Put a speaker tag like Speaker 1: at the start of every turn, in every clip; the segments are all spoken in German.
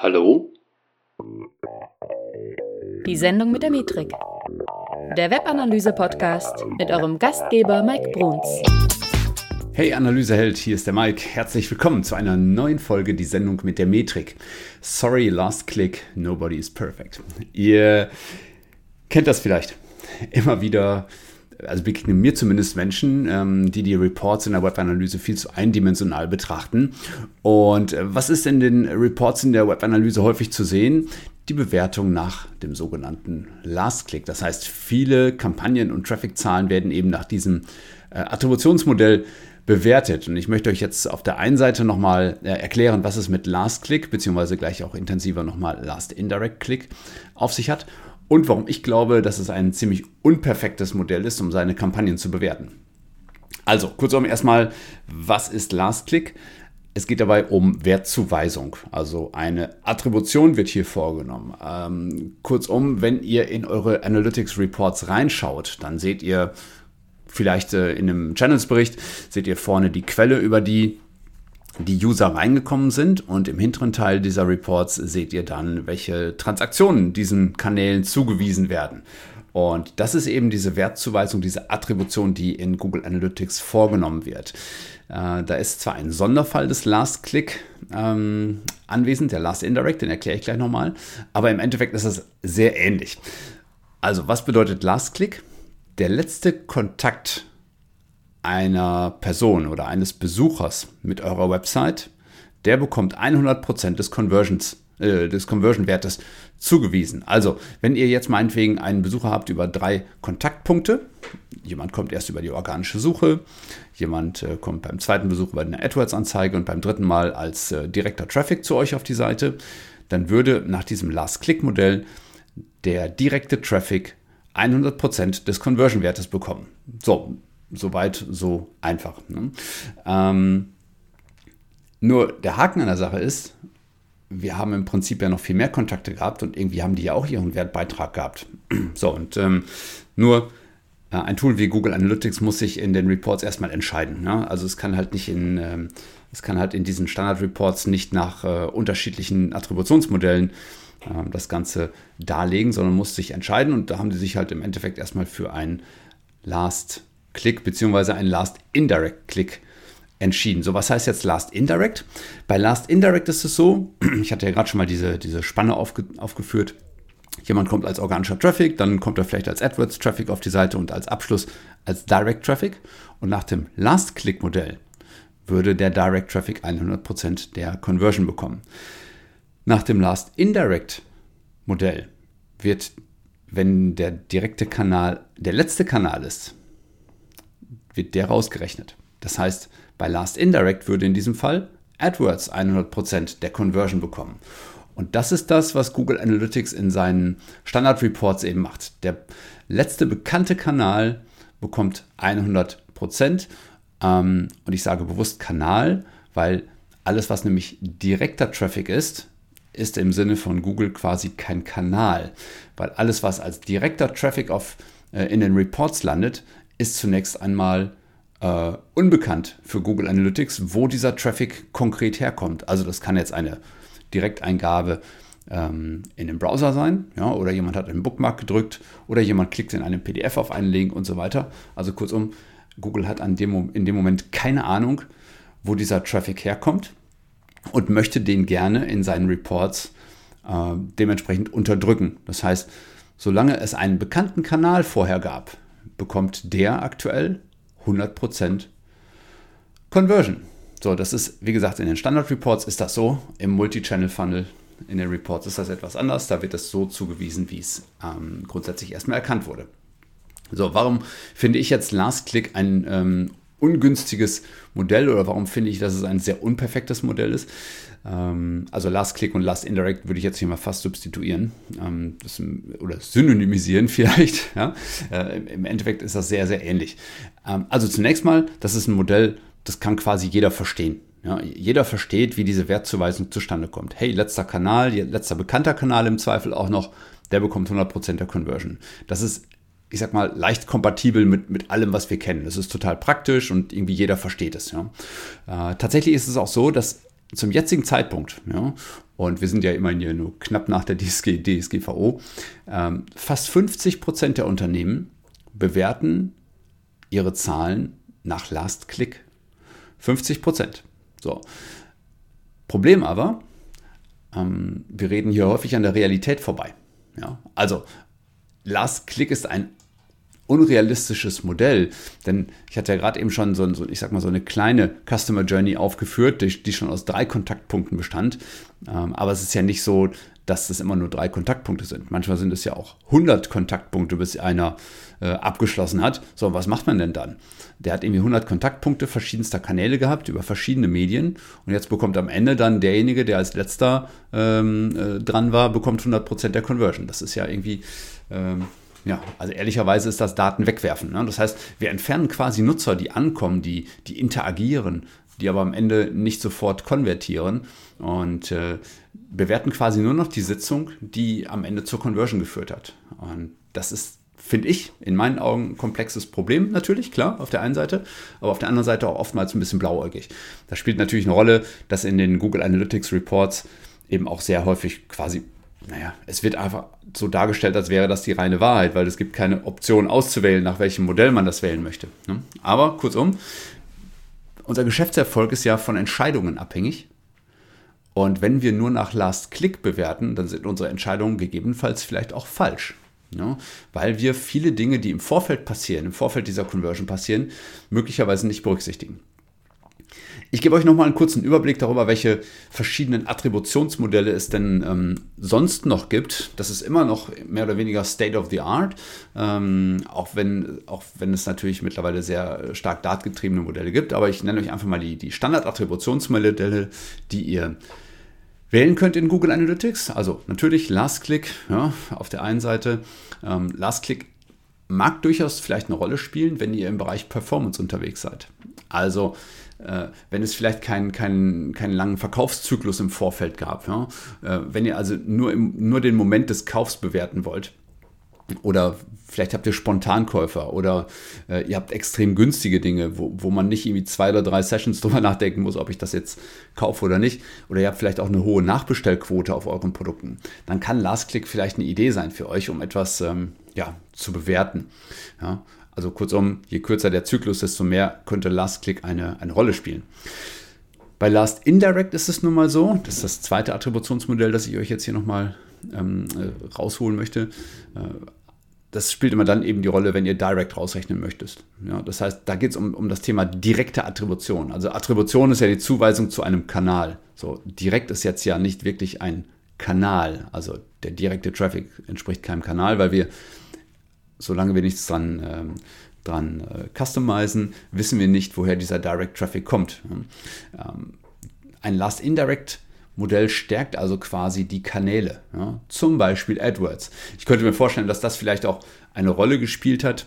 Speaker 1: Hallo?
Speaker 2: Die Sendung mit der Metrik. Der Webanalyse-Podcast mit eurem Gastgeber Mike Bruns.
Speaker 3: Hey Analyseheld, hier ist der Mike. Herzlich willkommen zu einer neuen Folge, die Sendung mit der Metrik. Sorry, last click, nobody is perfect. Ihr kennt das vielleicht. Immer wieder, also begegnen mir zumindest Menschen, die Reports in der Webanalyse viel zu eindimensional betrachten. Und was ist in den Reports in der Webanalyse häufig zu sehen? Die Bewertung nach dem sogenannten Last Click. Das heißt, viele Kampagnen und Traffic-Zahlen werden eben nach diesem Attributionsmodell bewertet. Und ich möchte euch jetzt auf der einen Seite nochmal erklären, was es mit Last Click, beziehungsweise gleich auch intensiver nochmal Last Indirect Click auf sich hat und warum ich glaube, dass es ein ziemlich unperfektes Modell ist, um seine Kampagnen zu bewerten. Also, kurzum erstmal, was ist Last Click? Es geht dabei um Wertzuweisung, also eine Attribution wird hier vorgenommen. Kurzum, wenn ihr in eure Analytics Reports reinschaut, dann seht ihr vielleicht in einem Channels-Bericht, seht ihr vorne die Quelle, über die User reingekommen sind, und im hinteren Teil dieser Reports seht ihr dann, welche Transaktionen diesen Kanälen zugewiesen werden. Und das ist eben diese Wertzuweisung, diese Attribution, die in Google Analytics vorgenommen wird. Da ist zwar ein Sonderfall des Last Click anwesend, der Last Indirect, den erkläre ich gleich nochmal, aber im Endeffekt ist es sehr ähnlich. Also was bedeutet Last Click? Der letzte Kontakt einer Person oder eines Besuchers mit eurer Website, der bekommt 100% des Conversion-Wertes zugewiesen. Also, wenn ihr jetzt meinetwegen einen Besucher habt über 3 Kontaktpunkte, jemand kommt erst über die organische Suche, jemand kommt beim zweiten Besuch über eine AdWords-Anzeige und beim dritten Mal als direkter Traffic zu euch auf die Seite, dann würde nach diesem Last-Click-Modell der direkte Traffic 100% des Conversion-Wertes bekommen. So weit, so einfach. Ne? Nur der Haken an der Sache ist, wir haben im Prinzip ja noch viel mehr Kontakte gehabt und irgendwie haben die ja auch ihren Wertbeitrag gehabt. Nur ein Tool wie Google Analytics muss sich in den Reports erstmal entscheiden. Ne? Also es kann halt in diesen Standard-Reports nicht nach unterschiedlichen Attributionsmodellen das Ganze darlegen, sondern muss sich entscheiden, und da haben die sich halt im Endeffekt erstmal für einen Last Click bzw. einen Last Indirect Click entschieden. So, was heißt jetzt Last Indirect? Bei Last Indirect ist es so, ich hatte ja gerade schon mal diese Spanne aufgeführt, jemand kommt als organischer Traffic, dann kommt er vielleicht als AdWords Traffic auf die Seite und als Abschluss als Direct Traffic, und nach dem Last Click Modell würde der Direct Traffic 100% der Conversion bekommen. Nach dem Last Indirect Modell wird, wenn der direkte Kanal der letzte Kanal ist, wird der rausgerechnet. Das heißt, bei Last Indirect würde in diesem Fall AdWords 100% der Conversion bekommen. Und das ist das, was Google Analytics in seinen Standard-Reports eben macht. Der letzte bekannte Kanal bekommt 100%. Und ich sage bewusst Kanal, weil alles, was nämlich direkter Traffic ist im Sinne von Google quasi kein Kanal. Weil alles, was als direkter Traffic in den Reports landet, ist zunächst einmal unbekannt für Google Analytics, wo dieser Traffic konkret herkommt. Also das kann jetzt eine Direkteingabe in den Browser sein, ja, oder jemand hat einen Bookmark gedrückt oder jemand klickt in einem PDF auf einen Link und so weiter. Also kurzum, Google hat in dem Moment keine Ahnung, wo dieser Traffic herkommt und möchte den gerne in seinen Reports dementsprechend unterdrücken. Das heißt, solange es einen bekannten Kanal vorher gab, bekommt der aktuell 100% Conversion. So, das ist, wie gesagt, in den Standard-Reports ist das so. Im Multi-Channel-Funnel in den Reports ist das etwas anders. Da wird es so zugewiesen, wie es grundsätzlich erstmal erkannt wurde. So, warum finde ich jetzt Last Click ein ungünstiges Modell, oder warum finde ich, dass es ein sehr unperfektes Modell ist? Also Last Click und Last Indirect würde ich jetzt hier mal fast substituieren oder synonymisieren vielleicht. Ja? Im Endeffekt ist das sehr, sehr ähnlich. Also zunächst mal, das ist ein Modell, das kann quasi jeder verstehen. Ja? Jeder versteht, wie diese Wertzuweisung zustande kommt. Hey, letzter bekannter Kanal im Zweifel auch noch, der bekommt 100% der Conversion. Das ist, ich sag mal, leicht kompatibel mit allem, was wir kennen. Das ist total praktisch und irgendwie jeder versteht es. Ja? Tatsächlich ist es auch so, dass zum jetzigen Zeitpunkt, ja, und wir sind ja immerhin hier nur knapp nach der DSGVO, fast 50% der Unternehmen bewerten ihre Zahlen nach Last Click. 50%. So. Problem aber, wir reden hier häufig an der Realität vorbei. Ja? Also, Last Click ist ein unrealistisches Modell, denn ich hatte ja gerade eben schon so eine kleine Customer Journey aufgeführt, die schon aus 3 Kontaktpunkten bestand, aber es ist ja nicht so, dass das immer nur 3 Kontaktpunkte sind. Manchmal sind es ja auch 100 Kontaktpunkte, bis einer abgeschlossen hat. So, was macht man denn dann? Der hat irgendwie 100 Kontaktpunkte verschiedenster Kanäle gehabt, über verschiedene Medien, und jetzt bekommt am Ende dann derjenige, der als letzter dran war, bekommt 100% der Conversion. Das ist ja irgendwie... also ehrlicherweise ist das Daten wegwerfen. Ne? Das heißt, wir entfernen quasi Nutzer, die ankommen, die interagieren, die aber am Ende nicht sofort konvertieren, und bewerten quasi nur noch die Sitzung, die am Ende zur Conversion geführt hat. Und das ist, finde ich, in meinen Augen ein komplexes Problem, natürlich, klar, auf der einen Seite, aber auf der anderen Seite auch oftmals ein bisschen blauäugig. Das spielt natürlich eine Rolle, dass in den Google Analytics Reports eben auch sehr häufig quasi, es wird einfach so dargestellt, als wäre das die reine Wahrheit, weil es gibt keine Option auszuwählen, nach welchem Modell man das wählen möchte. Aber kurzum, unser Geschäftserfolg ist ja von Entscheidungen abhängig. Und wenn wir nur nach Last Click bewerten, dann sind unsere Entscheidungen gegebenenfalls vielleicht auch falsch. Weil wir viele Dinge, die im Vorfeld dieser Conversion passieren, möglicherweise nicht berücksichtigen. Ich gebe euch nochmal einen kurzen Überblick darüber, welche verschiedenen Attributionsmodelle es denn sonst noch gibt. Das ist immer noch mehr oder weniger State of the Art, auch wenn es natürlich mittlerweile sehr stark datengetriebene Modelle gibt. Aber ich nenne euch einfach mal die Standard-Attributionsmodelle, die ihr wählen könnt in Google Analytics. Also natürlich Last Click, ja, auf der einen Seite. Last Click mag durchaus vielleicht eine Rolle spielen, wenn ihr im Bereich Performance unterwegs seid. Also wenn es vielleicht keinen langen Verkaufszyklus im Vorfeld gab. Ja? Wenn ihr also nur den Moment des Kaufs bewerten wollt, oder vielleicht habt ihr Spontankäufer, oder ihr habt extrem günstige Dinge, wo man nicht irgendwie 2 oder 3 Sessions drüber nachdenken muss, ob ich das jetzt kaufe oder nicht, oder ihr habt vielleicht auch eine hohe Nachbestellquote auf euren Produkten, dann kann Last Click vielleicht eine Idee sein für euch, um etwas zu bewerten. Ja? Also kurzum, je kürzer der Zyklus, desto mehr könnte Last Click eine Rolle spielen. Bei Last Indirect ist es nun mal so, das ist das zweite Attributionsmodell, das ich euch jetzt hier nochmal rausholen möchte. Das spielt immer dann eben die Rolle, wenn ihr Direct rausrechnen möchtet. Ja, das heißt, da geht es um das Thema direkte Attribution. Also Attribution ist ja die Zuweisung zu einem Kanal. So, direkt ist jetzt ja nicht wirklich ein Kanal. Also der direkte Traffic entspricht keinem Kanal, weil wir, solange wir nichts dran customizen, wissen wir nicht, woher dieser Direct Traffic kommt. Ein Last Indirect Modell stärkt also quasi die Kanäle, ja? Zum Beispiel AdWords. Ich könnte mir vorstellen, dass das vielleicht auch eine Rolle gespielt hat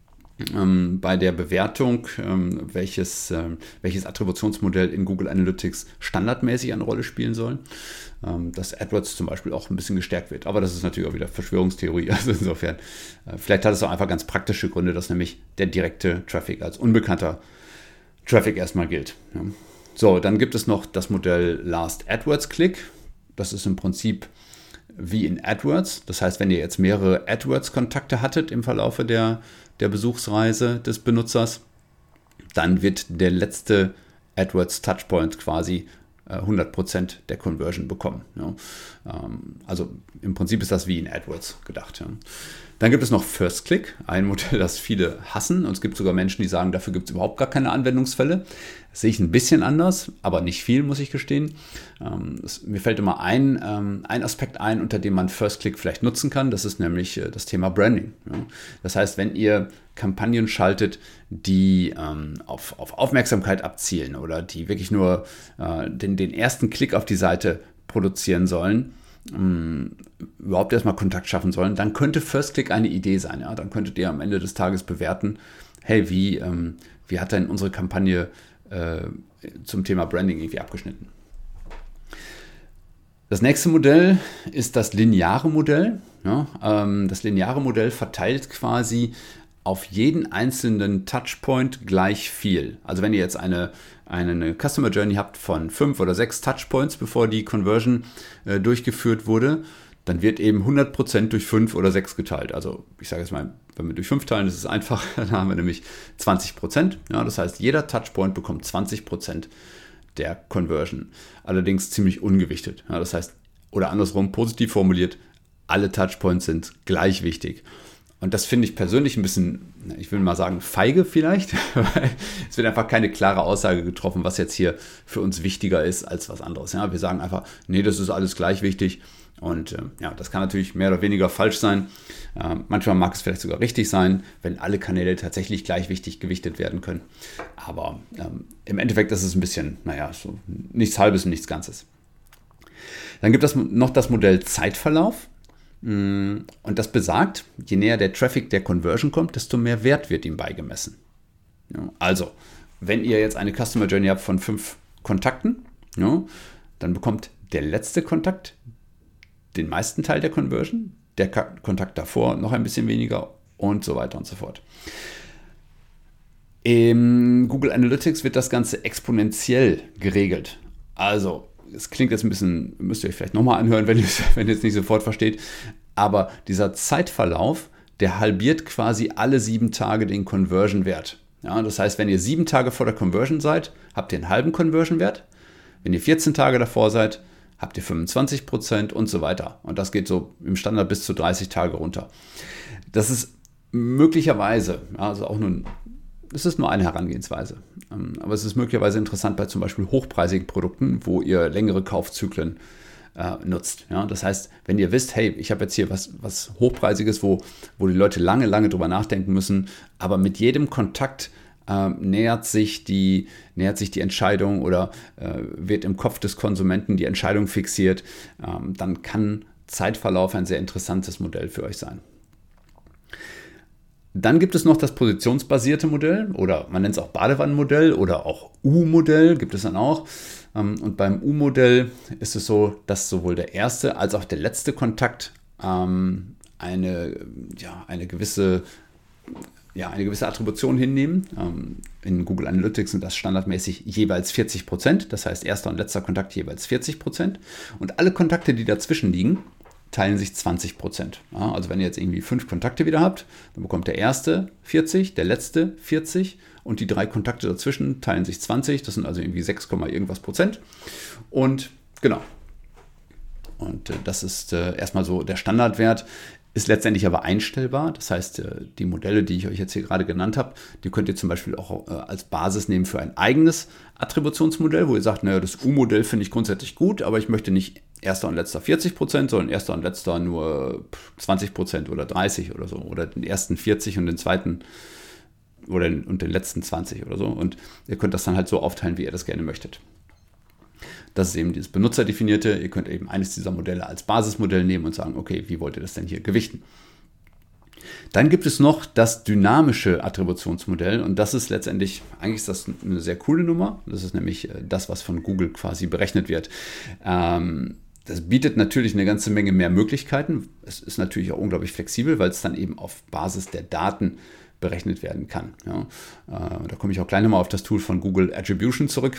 Speaker 3: bei der Bewertung, welches Attributionsmodell in Google Analytics standardmäßig eine Rolle spielen soll. Dass AdWords zum Beispiel auch ein bisschen gestärkt wird. Aber das ist natürlich auch wieder Verschwörungstheorie. Also insofern, vielleicht hat es auch einfach ganz praktische Gründe, dass nämlich der direkte Traffic als unbekannter Traffic erstmal gilt. Ja. So, dann gibt es noch das Modell Last AdWords Click. Das ist im Prinzip wie in AdWords. Das heißt, wenn ihr jetzt mehrere AdWords-Kontakte hattet im Verlaufe der Besuchsreise des Benutzers, dann wird der letzte AdWords-Touchpoint quasi 100% der Conversion bekommen. Ja. Also im Prinzip ist das wie in AdWords gedacht. Ja. Dann gibt es noch First Click, ein Modell, das viele hassen. Und es gibt sogar Menschen, die sagen, dafür gibt es überhaupt gar keine Anwendungsfälle. Das sehe ich ein bisschen anders, aber nicht viel, muss ich gestehen. Mir fällt immer ein Aspekt ein, unter dem man First Click vielleicht nutzen kann. Das ist nämlich das Thema Branding. Ja. Das heißt, wenn ihr Kampagnen schaltet, die auf Aufmerksamkeit abzielen oder die wirklich nur den ersten Klick auf die Seite produzieren sollen, überhaupt erstmal Kontakt schaffen sollen, dann könnte First Click eine Idee sein. Ja? Dann könntet ihr am Ende des Tages bewerten, hey, wie hat denn unsere Kampagne zum Thema Branding irgendwie abgeschnitten? Das nächste Modell ist das lineare Modell. Ja? Das lineare Modell verteilt quasi auf jeden einzelnen Touchpoint gleich viel. Also wenn ihr jetzt eine Customer Journey habt von 5 oder 6 Touchpoints, bevor die Conversion durchgeführt wurde, dann wird eben 100% durch 5 oder 6 geteilt. Also ich sage jetzt mal, wenn wir durch 5 teilen, das ist einfach, dann haben wir nämlich 20%. Ja, das heißt, jeder Touchpoint bekommt 20% der Conversion. Allerdings ziemlich ungewichtet. Ja, das heißt, oder andersrum, positiv formuliert, alle Touchpoints sind gleich wichtig. Und das finde ich persönlich ein bisschen, ich will mal sagen, feige vielleicht, weil es wird einfach keine klare Aussage getroffen, was jetzt hier für uns wichtiger ist als was anderes. Ja, wir sagen einfach, nee, das ist alles gleich wichtig. Und das kann natürlich mehr oder weniger falsch sein. Manchmal mag es vielleicht sogar richtig sein, wenn alle Kanäle tatsächlich gleich wichtig gewichtet werden können. Aber im Endeffekt ist es ein bisschen, so nichts Halbes und nichts Ganzes. Dann gibt es noch das Modell Zeitverlauf. Und das besagt, je näher der Traffic der Conversion kommt, desto mehr Wert wird ihm beigemessen. Ja, also, wenn ihr jetzt eine Customer Journey habt von 5 Kontakten, dann bekommt der letzte Kontakt den meisten Teil der Conversion, der Kontakt davor noch ein bisschen weniger und so weiter und so fort. Im Google Analytics wird das Ganze exponentiell geregelt. Also, es klingt jetzt ein bisschen, müsst ihr euch vielleicht nochmal anhören, wenn ihr es nicht sofort versteht, aber dieser Zeitverlauf, der halbiert quasi alle 7 Tage den Conversion-Wert. Ja, das heißt, wenn ihr 7 Tage vor der Conversion seid, habt ihr einen halben Conversion-Wert. Wenn ihr 14 Tage davor seid, habt ihr 25% und so weiter. Und das geht so im Standard bis zu 30 Tage runter. Das ist möglicherweise, also auch nur, es ist nur eine Herangehensweise, aber es ist möglicherweise interessant bei zum Beispiel hochpreisigen Produkten, wo ihr längere Kaufzyklen nutzt. Ja, das heißt, wenn ihr wisst, hey, ich habe jetzt hier was Hochpreisiges, wo die Leute lange drüber nachdenken müssen, aber mit jedem Kontakt nähert sich die Entscheidung oder wird im Kopf des Konsumenten die Entscheidung fixiert, dann kann Zeitverlauf ein sehr interessantes Modell für euch sein. Dann gibt es noch das positionsbasierte Modell oder man nennt es auch Badewannenmodell oder auch U-Modell gibt es dann auch. Und beim U-Modell ist es so, dass sowohl der erste als auch der letzte Kontakt eine gewisse Attribution hinnehmen. In Google Analytics sind das standardmäßig jeweils 40%. Das heißt, erster und letzter Kontakt jeweils 40%. Und alle Kontakte, die dazwischen liegen, teilen sich 20%. Ja, also wenn ihr jetzt irgendwie 5 Kontakte wieder habt, dann bekommt der erste 40, der letzte 40 und die 3 Kontakte dazwischen teilen sich 20. Das sind also irgendwie 6, irgendwas Prozent. Und genau. Und das ist erstmal so der Standardwert. Ist letztendlich aber einstellbar. Das heißt, die Modelle, die ich euch jetzt hier gerade genannt habe, die könnt ihr zum Beispiel auch als Basis nehmen für ein eigenes Attributionsmodell, wo ihr sagt, das U-Modell finde ich grundsätzlich gut, aber ich möchte nicht erster und letzter 40%, sondern erster und letzter nur 20% oder 30% oder so. Oder den ersten 40 und den zweiten und den letzten 20 oder so. Und ihr könnt das dann halt so aufteilen, wie ihr das gerne möchtet. Das ist eben dieses benutzerdefinierte. Ihr könnt eben eines dieser Modelle als Basismodell nehmen und sagen, okay, wie wollt ihr das denn hier gewichten? Dann gibt es noch das dynamische Attributionsmodell und das ist letztendlich, eigentlich ist das eine sehr coole Nummer. Das ist nämlich das, was von Google quasi berechnet wird. Das bietet natürlich eine ganze Menge mehr Möglichkeiten. Es ist natürlich auch unglaublich flexibel, weil es dann eben auf Basis der Daten berechnet werden kann. Ja, da komme ich auch gleich nochmal auf das Tool von Google Attribution zurück,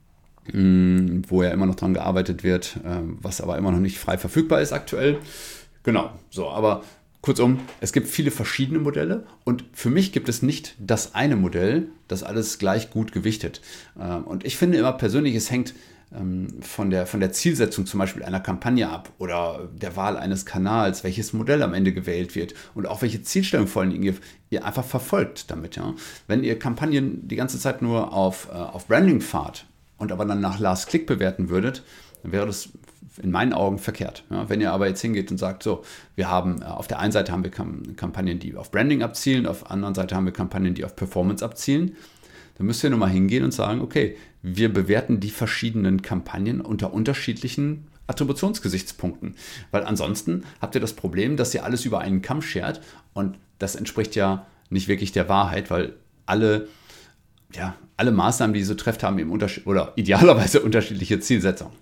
Speaker 3: wo ja immer noch dran gearbeitet wird, was aber immer noch nicht frei verfügbar ist aktuell. Genau, so, aber kurzum, es gibt viele verschiedene Modelle und für mich gibt es nicht das eine Modell, das alles gleich gut gewichtet. Und ich finde immer persönlich, es hängt von der Zielsetzung zum Beispiel einer Kampagne ab oder der Wahl eines Kanals, welches Modell am Ende gewählt wird und auch welche Zielstellung vor allen Dingen ihr einfach verfolgt damit. Ja? Wenn ihr Kampagnen die ganze Zeit nur auf Branding fahrt und aber dann nach Last Click bewerten würdet, dann wäre das in meinen Augen verkehrt. Ja, wenn ihr aber jetzt hingeht und sagt, so, wir haben auf der einen Seite haben wir Kampagnen, die auf Branding abzielen, auf der anderen Seite haben wir Kampagnen, die auf Performance abzielen, dann müsst ihr nochmal hingehen und sagen, okay, wir bewerten die verschiedenen Kampagnen unter unterschiedlichen Attributionsgesichtspunkten. Weil ansonsten habt ihr das Problem, dass ihr alles über einen Kamm schert und das entspricht ja nicht wirklich der Wahrheit, weil alle Maßnahmen, die ihr so trefft, haben eben idealerweise unterschiedliche Zielsetzungen.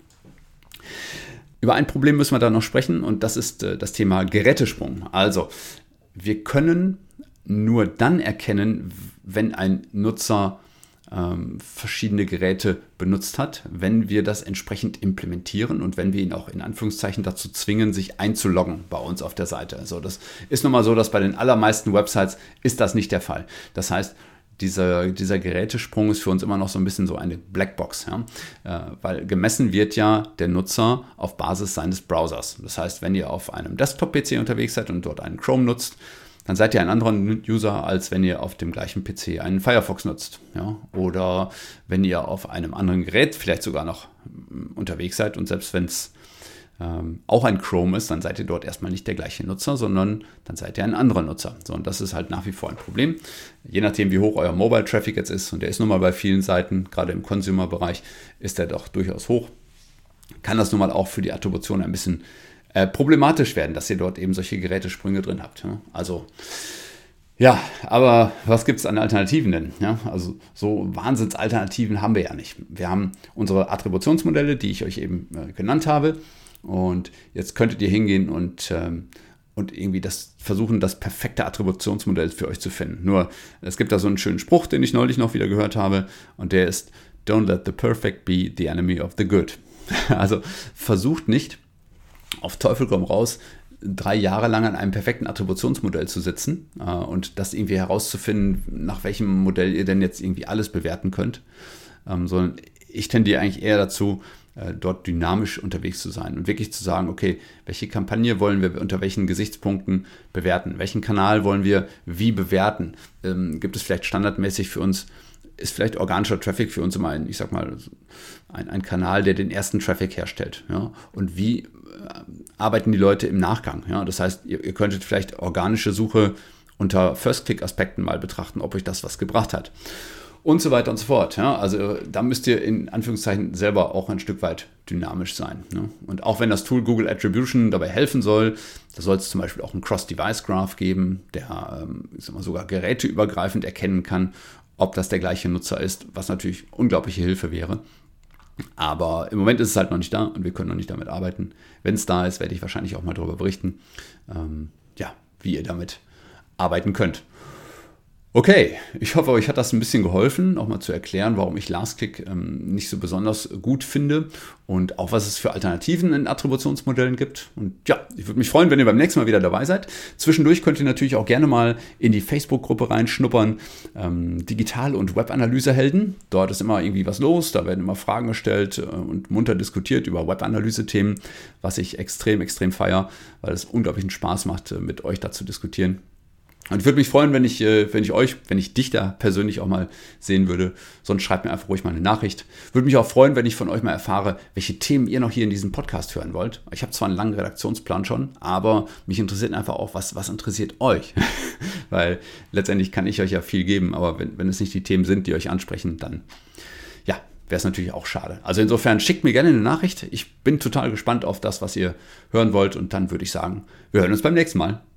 Speaker 3: Über ein Problem müssen wir da noch sprechen und das ist das Thema Gerätesprung. Also, wir können nur dann erkennen, wenn ein Nutzer verschiedene Geräte benutzt hat, wenn wir das entsprechend implementieren und wenn wir ihn auch in Anführungszeichen dazu zwingen, sich einzuloggen bei uns auf der Seite. Also das ist nun mal so, dass bei den allermeisten Websites ist das nicht der Fall. Das heißt, dieser Gerätesprung ist für uns immer noch so ein bisschen so eine Blackbox, ja? Weil gemessen wird ja der Nutzer auf Basis seines Browsers. Das heißt, wenn ihr auf einem Desktop-PC unterwegs seid und dort einen Chrome nutzt, dann seid ihr ein anderer User, als wenn ihr auf dem gleichen PC einen Firefox nutzt. Ja? Oder wenn ihr auf einem anderen Gerät vielleicht sogar noch unterwegs seid und selbst wenn es auch ein Chrome ist, dann seid ihr dort erstmal nicht der gleiche Nutzer, sondern dann seid ihr ein anderer Nutzer. So, und das ist halt nach wie vor ein Problem. Je nachdem, wie hoch euer Mobile-Traffic jetzt ist, und der ist nun mal bei vielen Seiten, gerade im Consumer-Bereich, ist der doch durchaus hoch, kann das nun mal auch für die Attribution ein bisschen problematisch werden, dass ihr dort eben solche Gerätesprünge drin habt. Ja? Also, ja, aber was gibt es an Alternativen denn? Ja? Also so Wahnsinnsalternativen haben wir ja nicht. Wir haben unsere Attributionsmodelle, die ich euch eben genannt habe. Und jetzt könntet ihr hingehen und irgendwie versuchen, das perfekte Attributionsmodell für euch zu finden. Nur, es gibt da so einen schönen Spruch, den ich neulich noch wieder gehört habe, und der ist: Don't let the perfect be the enemy of the good. Also versucht nicht, auf Teufel komm raus, 3 Jahre lang an einem perfekten Attributionsmodell zu sitzen und das irgendwie herauszufinden, nach welchem Modell ihr denn jetzt irgendwie alles bewerten könnt, sondern ich tendiere eigentlich eher dazu, dort dynamisch unterwegs zu sein und wirklich zu sagen, okay, welche Kampagne wollen wir unter welchen Gesichtspunkten bewerten? Welchen Kanal wollen wir wie bewerten? Gibt es vielleicht standardmäßig für uns, ist vielleicht organischer Traffic für uns immer ein Kanal, der den ersten Traffic herstellt. Ja? Und wie arbeiten die Leute im Nachgang? Ja? Das heißt, ihr könntet vielleicht organische Suche unter First-Click-Aspekten mal betrachten, ob euch das was gebracht hat. Und so weiter und so fort. Ja? Also da müsst ihr in Anführungszeichen selber auch ein Stück weit dynamisch sein. Ne? Und auch wenn das Tool Google Attribution dabei helfen soll, da soll es zum Beispiel auch einen Cross-Device-Graph geben, der sogar geräteübergreifend erkennen kann, ob das der gleiche Nutzer ist, was natürlich unglaubliche Hilfe wäre. Aber im Moment ist es halt noch nicht da und wir können noch nicht damit arbeiten. Wenn es da ist, werde ich wahrscheinlich auch mal darüber berichten, wie ihr damit arbeiten könnt. Okay, ich hoffe, euch hat das ein bisschen geholfen, auch mal zu erklären, warum ich Last-Click nicht so besonders gut finde und auch was es für Alternativen in Attributionsmodellen gibt. Und ja, ich würde mich freuen, wenn ihr beim nächsten Mal wieder dabei seid. Zwischendurch könnt ihr natürlich auch gerne mal in die Facebook-Gruppe reinschnuppern, Digital- und Webanalysehelden. Dort ist immer irgendwie was los, da werden immer Fragen gestellt und munter diskutiert über Webanalyse-Themen, was ich extrem, extrem feiere, weil es unglaublichen Spaß macht, mit euch da zu diskutieren. Und ich würde mich freuen, wenn ich dich da persönlich auch mal sehen würde. Sonst schreibt mir einfach ruhig mal eine Nachricht. Würde mich auch freuen, wenn ich von euch mal erfahre, welche Themen ihr noch hier in diesem Podcast hören wollt. Ich habe zwar einen langen Redaktionsplan schon, aber mich interessiert einfach auch, was interessiert euch? Weil letztendlich kann ich euch ja viel geben, aber wenn es nicht die Themen sind, die euch ansprechen, dann wäre es natürlich auch schade. Also insofern schickt mir gerne eine Nachricht. Ich bin total gespannt auf das, was ihr hören wollt. Und dann würde ich sagen, wir hören uns beim nächsten Mal.